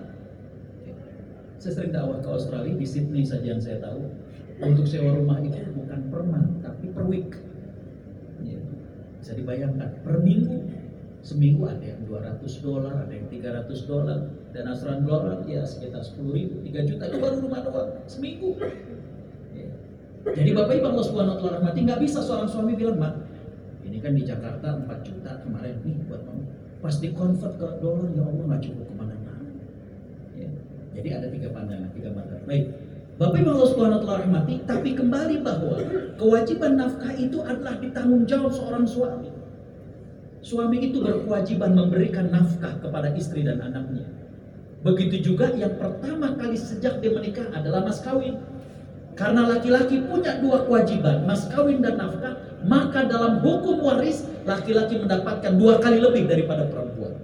Saya sering dakwah ke Australia, di Sydney saja yang saya tahu, untuk sewa rumah itu bukan per month, tapi per week. Ya, bisa dibayangkan, per minggu. Seminggu ada yang $200, ada yang $300, dan Australian ya sekitar 10.000, 3 juta itu baru rumah doang seminggu. Ya. Jadi Bapak Ibu Allah Subhanahu wa taala rahmati, nggak bisa seorang suami bilang, "Mak, ini kan di Jakarta 4 juta kemarin nih buat mama." Pas di convert ke dolar, ya Allah nggak cukup kemana-mana. Ya. Jadi ada 3 pandangan, 3 mata. Baik. Bapak Ibu Allah Subhanahu wa taala rahmati, tapi kembali bahwa kewajiban nafkah itu adalah ditanggung jawab seorang suami. Suami itu berkewajiban memberikan nafkah kepada istri dan anaknya. Begitu juga yang pertama kali sejak dia menikah adalah mas kawin. Karena laki-laki punya 2 kewajiban, mas kawin dan nafkah, maka dalam hukum waris laki-laki mendapatkan 2 kali lebih daripada perempuan.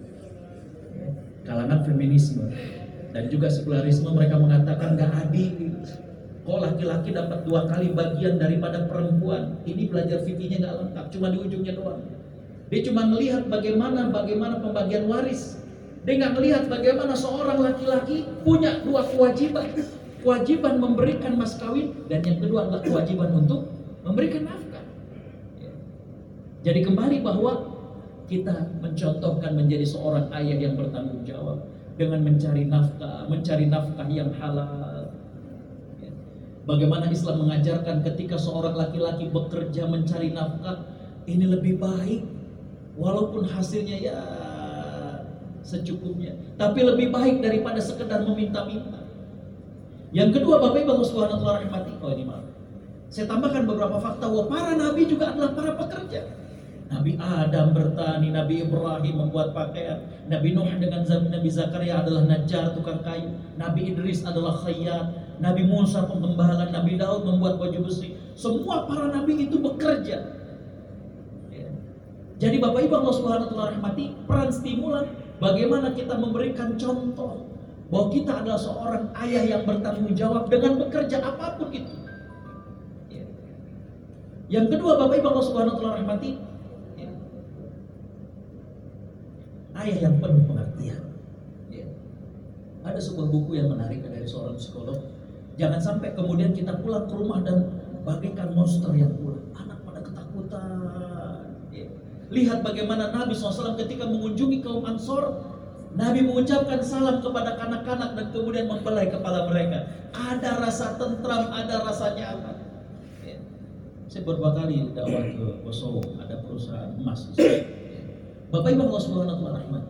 Kalangan feminisme dan juga sekularisme mereka mengatakan gak adil. Kok laki-laki dapat 2 kali bagian daripada perempuan? Ini belajar fikihnya gak lengkap, cuma di ujungnya doang. Dia cuma melihat bagaimana pembagian waris. Dia nggak melihat bagaimana seorang laki-laki punya 2 kewajiban. Kewajiban memberikan mas kawin, dan yang kedua adalah kewajiban untuk memberikan nafkah. Jadi kembali bahwa kita mencontohkan menjadi seorang ayah yang bertanggung jawab dengan mencari nafkah yang halal. Bagaimana Islam mengajarkan ketika seorang laki-laki bekerja mencari nafkah, ini lebih baik. Walaupun hasilnya ya secukupnya, tapi lebih baik daripada sekedar meminta-minta. Yang kedua, Bapak Ibu Allah Subhanahu wa taala rahmati, ini maaf. Saya tambahkan beberapa fakta bahwa para nabi juga adalah para pekerja. Nabi Adam bertani, Nabi Ibrahim membuat pakaian, Nabi Nuh dengan Nabi Zakaria adalah najjar, tukang kayu, Nabi Idris adalah khayyat, Nabi Musa pengembala, Nabi Daud membuat baju besi. Semua para nabi itu bekerja. Jadi Bapak Ibu Allah Subhanahu wa taala rahmati, peran stimulan bagaimana kita memberikan contoh bahwa kita adalah seorang ayah yang bertanggung jawab dengan bekerja apapun itu. Yang kedua, Bapak Ibu Allah Subhanahu wa taala rahmati, ayah yang penuh pengertian. Ada sebuah buku yang menarik dari seorang psikolog. Jangan sampai kemudian kita pulang ke rumah dan bagaikan monster yang pulang. Anak pada ketakutan. Lihat bagaimana Nabi SAW ketika mengunjungi kaum Ansor, Nabi mengucapkan salam kepada kanak-kanak dan kemudian membelai kepala mereka. Ada rasa tentram, ada rasa nyaman. Ya. Saya beberapa kali dakwah ke Kosovo, ada perusahaan emas di sana. Bapak Ibu Allah Subhanahu wa taala,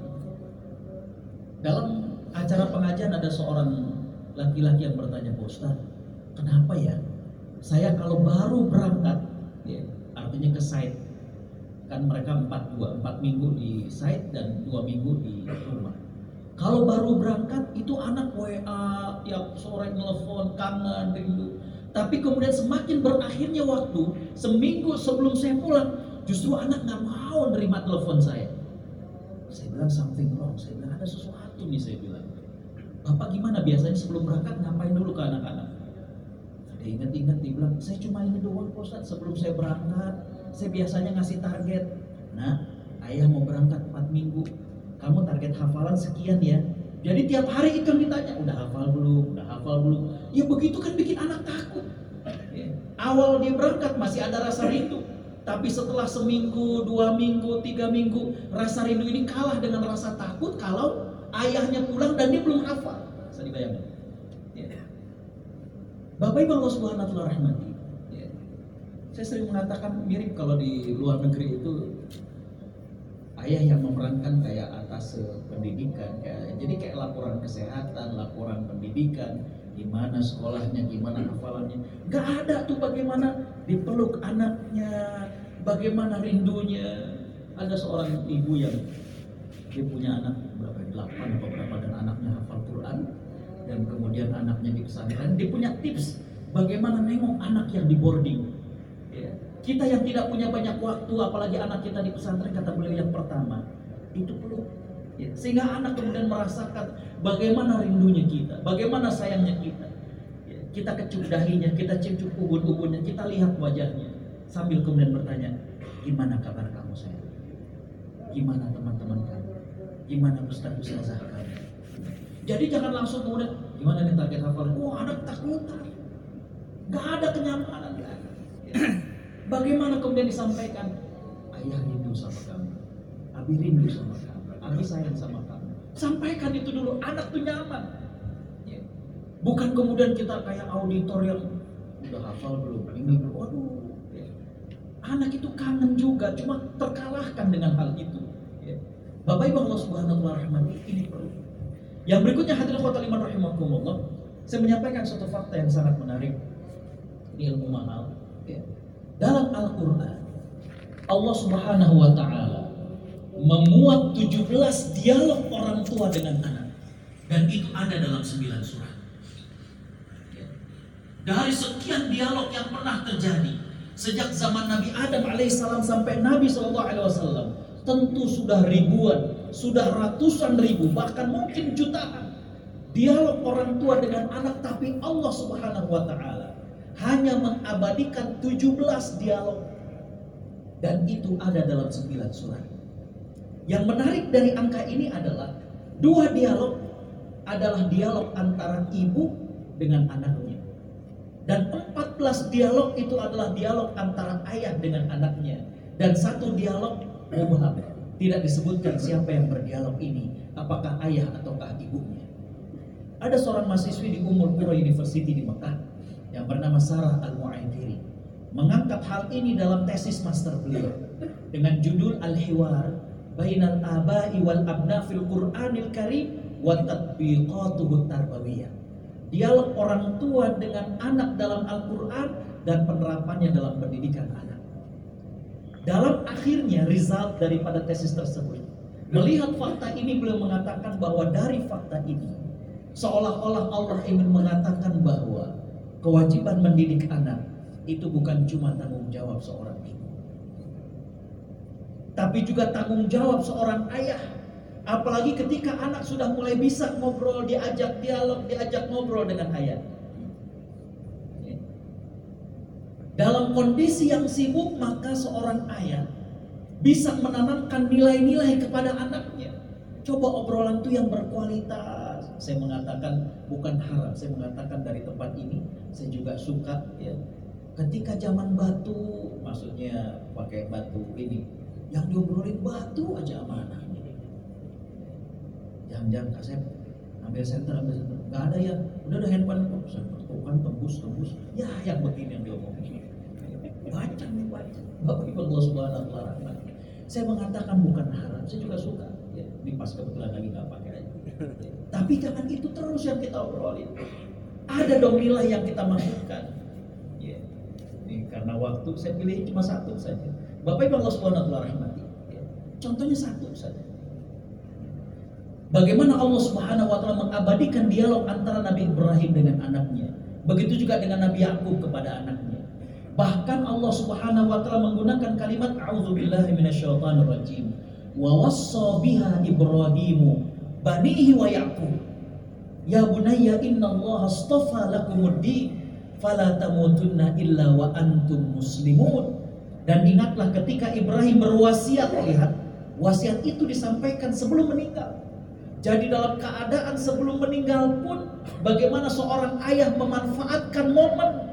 dalam acara pengajian ada seorang laki-laki yang bertanya, "Pak Ustaz, kenapa ya saya kalau baru berangkat, ya, artinya ke site, kan mereka 4 minggu di site dan 2 minggu di rumah. Kalau baru berangkat itu anak WA, tiap sore nelfon, kangen, rindu. Tapi kemudian semakin berakhirnya waktu, seminggu sebelum saya pulang, justru anak nggak mau nerima telepon saya." Saya bilang something wrong, saya bilang ada sesuatu nih, saya bilang. Bapak gimana biasanya sebelum berangkat ngapain dulu ke anak-anak? Dia ingat-ingat, dia bilang, saya cuma ini doang Pak Ustaz, sebelum saya berangkat, saya biasanya ngasih target. Nah, ayah mau berangkat 4 minggu, kamu target hafalan sekian ya. Jadi tiap hari itu yang ditanya, udah hafal belum, udah hafal belum. Ya begitu kan bikin anak takut. Ya. Awal dia berangkat masih ada rasa rindu. Tapi setelah seminggu, 2 minggu, 3 minggu, rasa rindu ini kalah dengan rasa takut kalau ayahnya pulang dan dia belum hafal. Bisa dibayangkan. Ya. Bapak Ibu Allah Subhanahu wa taala rahmati. Ya. Saya sering mengatakan mirip kalau di luar negeri itu ayah yang memerankan kayak atas pendidikan, jadi kayak laporan kesehatan, laporan pendidikan, gimana sekolahnya, gimana hafalannya. Gak ada tuh bagaimana dipeluk anaknya, bagaimana rindunya. Ada seorang ibu yang dia punya anak berapa, 8 atau berapa, dan anaknya hafal Quran, dan kemudian anaknya di pesantren. Dia punya tips bagaimana nengok anak yang di boarding. Ya. Kita yang tidak punya banyak waktu, apalagi anak kita di pesantren, kata beliau yang pertama itu peluk. Ya. Sehingga anak kemudian merasakan bagaimana rindunya kita, bagaimana sayangnya kita. Ya. Kita kecup dahinya, kita cium ubun-ubunnya, kita lihat wajahnya, sambil kemudian bertanya, gimana kabar kamu sayang? Gimana teman-teman kamu? Gimana ustaz-ustazah kamu? Jadi jangan langsung kemudian, gimana nih target hafalan? Anak takutan, gak ada kenyamanan. Ya. Bagaimana kemudian disampaikan, ayah rindu sama kamu, abi rindu sama kamu, abi sayang sama kamu. Sampaikan itu dulu, anak tuh nyaman. Ya. Bukan kemudian kita kayak auditor yang udah hafal belum, ini belum, waduh. Ya. Anak itu kangen juga, cuma terkalahkan dengan hal itu. Ya. Bapak Ibu Allah Subhanahu wa taala, ini perlu. Yang berikutnya, hadirin khotbah liman rahimakumullah, saya menyampaikan suatu fakta yang sangat menarik. Ini ilmu mahal. Ya. Dalam Al-Quran, Allah Subhanahu wa ta'ala memuat 17 dialog orang tua dengan anak. Dan itu ada dalam 9 surat. Dari sekian dialog yang pernah terjadi sejak zaman Nabi Adam alaihissalam sampai Nabi SAW, tentu sudah ribuan, sudah ratusan ribu, bahkan mungkin jutaan dialog orang tua dengan anak. Tapi Allah Subhanahu wa ta'ala hanya mengabadikan 17 dialog, dan itu ada dalam 9 surat. Yang menarik dari angka ini adalah 2 dialog adalah dialog antara ibu dengan anaknya, dan 14 dialog itu adalah dialog antara ayah dengan anaknya, dan 1 dialog mubham, tidak disebutkan siapa yang berdialog ini, apakah ayah ataukah ibunya. Ada seorang mahasiswi di Ummul Qura University di Mekah yang bernama Sarah Al-Mu'aidiri mengangkat hal ini dalam tesis master beliau dengan judul Al-Hiwar Bainal Aba'i wal Abna fil Qur'anil Karim wa Tatbiqatuhu Tarbawiyah. Dialog orang tua dengan anak dalam Al-Quran dan penerapannya dalam pendidikan anak. Dalam akhirnya result daripada tesis tersebut, melihat fakta ini, beliau mengatakan bahwa dari fakta ini seolah-olah Allah ingin mengatakan bahwa kewajiban mendidik anak itu bukan cuma tanggung jawab seorang ibu, tapi juga tanggung jawab seorang ayah. Apalagi ketika anak sudah mulai bisa ngobrol, diajak dialog, diajak ngobrol dengan ayah. Dalam kondisi yang sibuk, maka seorang ayah bisa menanamkan nilai-nilai kepada anaknya. Coba obrolan itu yang berkualitas. Saya mengatakan bukan haram, saya mengatakan dari tempat ini saya juga suka ya. Ketika zaman batu, maksudnya pakai batu ini, yang diobrolin batu aja sama anaknya. Jangan Kasep, ambil senter. Nggak ada ya, udah handphone kok. Kan tembus. Ya yang begini yang diomongin. Baca. Bapak Ibu Allah Subhanahu wa Ta'ala. Saya mengatakan bukan haram, saya juga suka. Ya, ini pas kebetulan lagi nggak pakai aja. Ya. Tapi jangan itu terus yang kita obrolin. Ada dong nilai yang kita masukkan. Ya. Ini karena waktu saya pilih cuma satu saja. Bapak Ibu Allah Subhanahu wa Ta'ala. Ya. Contohnya satu saja. Bagaimana Allah Subhanahu wa Ta'ala mengabadikan dialog antara Nabi Ibrahim dengan anaknya. Begitu juga dengan Nabi Yakub kepada anaknya. Bahkan Allah Subhanahu wa Ta'ala menggunakan kalimat a'udzubillahi minasyaitonirrajim. Wa wassa biha Ibrahimu banihi wa Yaqub. Ya bunayya innallaha astafa lakumuddin fala tamutunna illa wa antum muslimun. Dan ingatlah ketika Ibrahim berwasiat, lihat, wasiat itu disampaikan sebelum meninggal. Jadi dalam keadaan sebelum meninggal pun bagaimana seorang ayah memanfaatkan momen.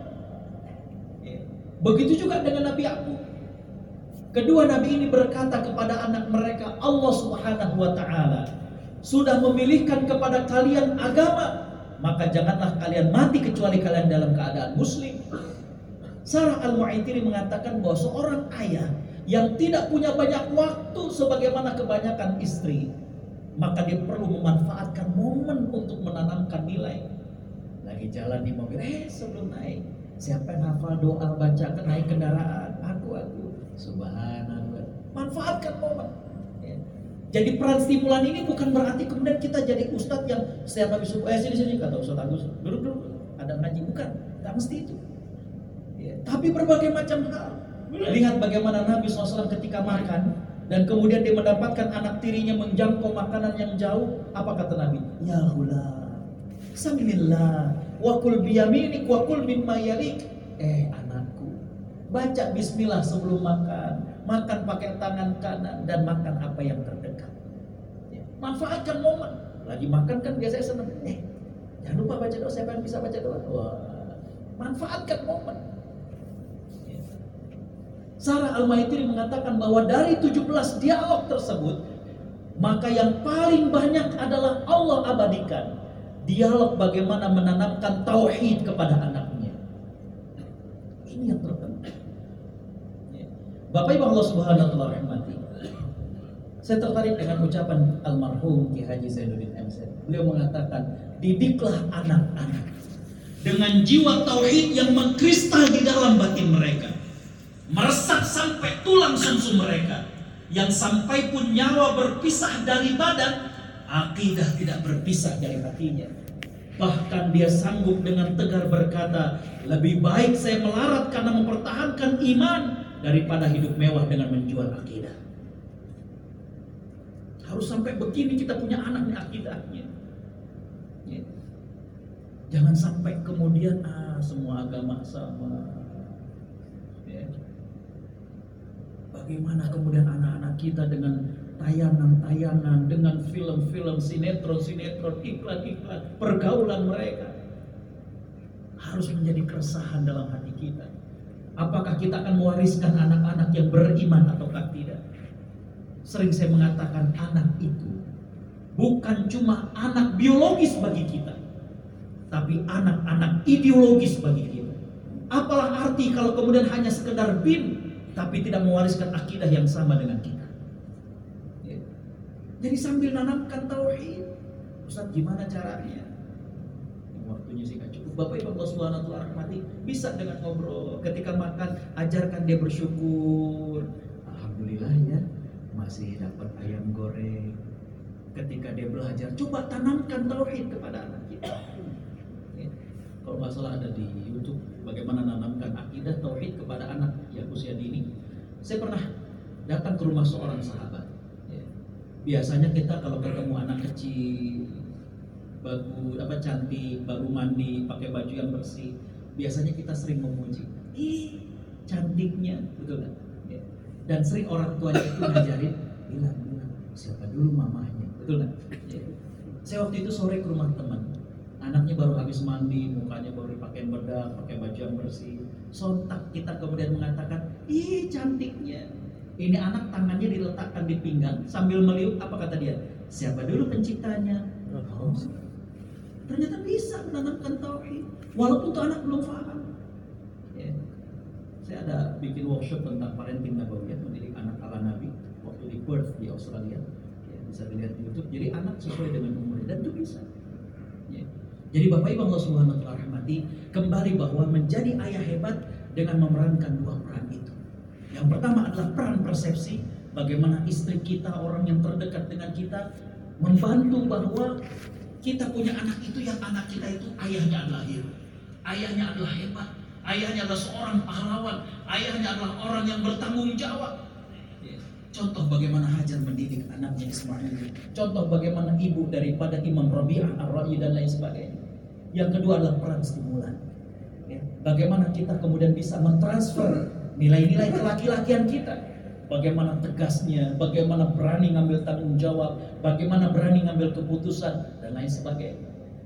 Begitu juga dengan Nabi Yakub. Kedua nabi ini berkata kepada anak mereka, Allah Subhanahu wa Ta'ala sudah memilihkan kepada kalian agama, maka janganlah kalian mati kecuali kalian dalam keadaan muslim. Sarah Al-Mu'aitiri mengatakan bahwa seorang ayah yang tidak punya banyak waktu sebagaimana kebanyakan istri, maka dia perlu memanfaatkan momen untuk menanamkan nilai. Lagi jalan di mobil, sebelum naik, siapa yang hafal doa baca naik kendaraan? Aku. Subhanallah. Manfaatkan momen. Ya. Jadi peran stimulan ini bukan berarti kemudian kita jadi ustadz yang setiap habis subuh sini kata Ustadz Agus duduk ada ngaji, bukan. Tak mesti itu. Ya. Tapi berbagai macam hal. Lihat bagaimana Nabi SAW ketika makan dan kemudian dia mendapatkan anak tirinya menjangkau makanan yang jauh. Apa kata Nabi? Ya ghulam, samilillah wa kul biyaminik wa kul mimma yalik. Anakku, baca bismillah sebelum makan pakai tangan kanan dan makan apa yang terdekat. Ya. Manfaatkan momen. Lagi makan kan biasanya senang. Jangan lupa baca doa, siapa yang bisa baca doa? Wah, manfaatkan momen. Ya. Sarah Al-Mu'aitiri mengatakan bahwa dari 17 dialog tersebut, maka yang paling banyak adalah Allah abadikan dialog bagaimana menanamkan tauhid kepada anaknya. Ini yang terpenting. Bapak Ibu Allah Subhanahu wa Ta'ala rahmati. Saya tertarik dengan ucapan almarhum Ki Haji Zainuddin MC. Beliau mengatakan, didiklah anak-anak dengan jiwa tauhid yang mengkristal di dalam batin mereka, meresap sampai tulang sumsum mereka, yang sampai pun nyawa berpisah dari badan, akidah tidak berpisah dari hatinya. Bahkan dia sanggup dengan tegar berkata, lebih baik saya melarat karena mempertahankan iman daripada hidup mewah dengan menjual akidah. Harus sampai begini kita punya anak nih akidahnya. Ya. Jangan sampai kemudian semua agama sama. Ya. Bagaimana kemudian anak-anak kita dengan tayangan-tayangan, dengan film-film, sinetron, iklan-iklan, pergaulan mereka harus menjadi keresahan dalam hati kita. Apakah kita akan mewariskan anak-anak yang beriman ataukah tidak? Sering saya mengatakan anak itu bukan cuma anak biologis bagi kita, tapi anak-anak ideologis bagi kita. Apalah arti kalau kemudian hanya sekedar bin, tapi tidak mewariskan akidah yang sama dengan kita. Ya. Jadi sambil nanamkan tauhid, Ustaz gimana caranya? Waktunya sih gak cukup. Bapak Ibu Allah Subhanahu wa Ta'ala rahmati, bisa dengan ngobrol. Ketika makan, ajarkan dia bersyukur. Alhamdulillah ya, masih dapat ayam goreng. Ketika dia belajar, coba tanamkan tauhid kepada anak kita. Ya. Kalau masalah ada di YouTube, bagaimana nanamkan akidah tauhid kepada anak yang usia dini. Saya pernah datang ke rumah seorang sahabat. Ya. Biasanya kita kalau ketemu anak kecil, cantik, baru mandi, pakai baju yang bersih, biasanya kita sering memuji, cantiknya, betul kan? Ya. Dan sering orang tuanya itu ngajarin, bilang, siapa dulu mamahnya, betul kan? Ya. Saya waktu itu sore ke rumah teman, anaknya baru habis mandi, mukanya baru pakai bedak, pakai baju yang bersih. Sontak kita kemudian mengatakan, cantiknya. Ini anak tangannya diletakkan di pinggang sambil meliuk, apa kata dia? Siapa dulu penciptanya? Allah. Ternyata bisa menanamkan tauhid walaupun tuh anak belum paham. Ya. Saya ada bikin workshop tentang parenting nabawiyah, mendidik anak ala Nabi waktu di Perth di Australia. Ya, bisa dilihat di YouTube. Jadi anak sesuai dengan umurnya dan itu bisa. Ya. Jadi Bapak Ibu Allah Subhanahu wa taala rahmati, kembali bahwa menjadi ayah hebat dengan memerankan dua peran itu. Yang pertama adalah peran persepsi, bagaimana istri kita, orang yang terdekat dengan kita, membantu bahwa kita punya anak itu yang anak kita itu ayahnya adalah hero, ayahnya adalah hebat, ayahnya adalah seorang pahlawan, ayahnya adalah orang yang bertanggung jawab. Contoh bagaimana Hajar mendidik anaknya Ismail, contoh bagaimana ibu daripada Imam Rabi'ah Ar-Ra'i dan lain sebagainya. Yang kedua adalah peran stimulan. Bagaimana kita kemudian bisa mentransfer nilai-nilai kelaki-lakian kita. Bagaimana tegasnya, bagaimana berani ngambil tanggung jawab, bagaimana berani ngambil keputusan dan lain sebagainya.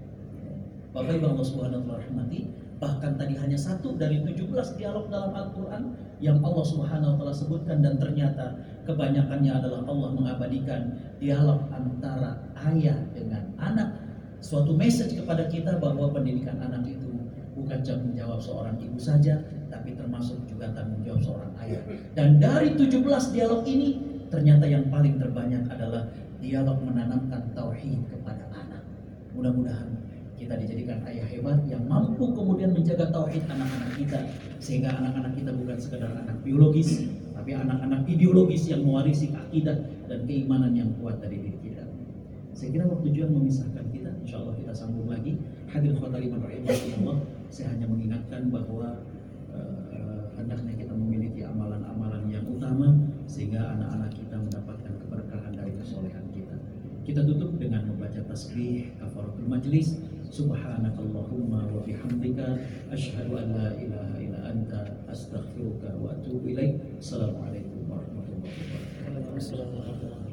Bapak Ibu Allah Subhanahu wa taala rahmati, bahkan tadi hanya satu dari 17 dialog dalam Al-Qur'an yang Allah Subhanahu wa taala sebutkan, dan ternyata kebanyakannya adalah Allah mengabadikan dialog antara ayah dengan anak. Suatu message kepada kita bahwa pendidikan anak itu bukan tanggung jawab seorang ibu saja, tapi termasuk juga tanggung jawab seorang ayah. Dan dari 17 dialog ini, ternyata yang paling terbanyak adalah dialog menanamkan tauhid kepada anak. Mudah-mudahan kita dijadikan ayah hebat yang mampu kemudian menjaga tauhid anak-anak kita, sehingga anak-anak kita bukan sekedar anak biologis, tapi anak-anak ideologis yang mewarisi akidah dan keimanan yang kuat dari diri kita. Saya kira waktu juga memisahkan kita, insya Allah kita sambung lagi. Hadirin khotaliman rahimahullah, saya hanya mengingatkan bahwa hendaknya kita memiliki amalan-amalan yang utama sehingga anak-anak kita mendapatkan keberkahan dari kesolehan kita. Kita tutup dengan membaca tasbih kafaratul majlis. Subhanakallahumma wa bihamdika asyhadu an la ilaha illa anta astaghfiruka wa atubu ilaik. Assalamualaikum warahmatullahi wabarakatuh.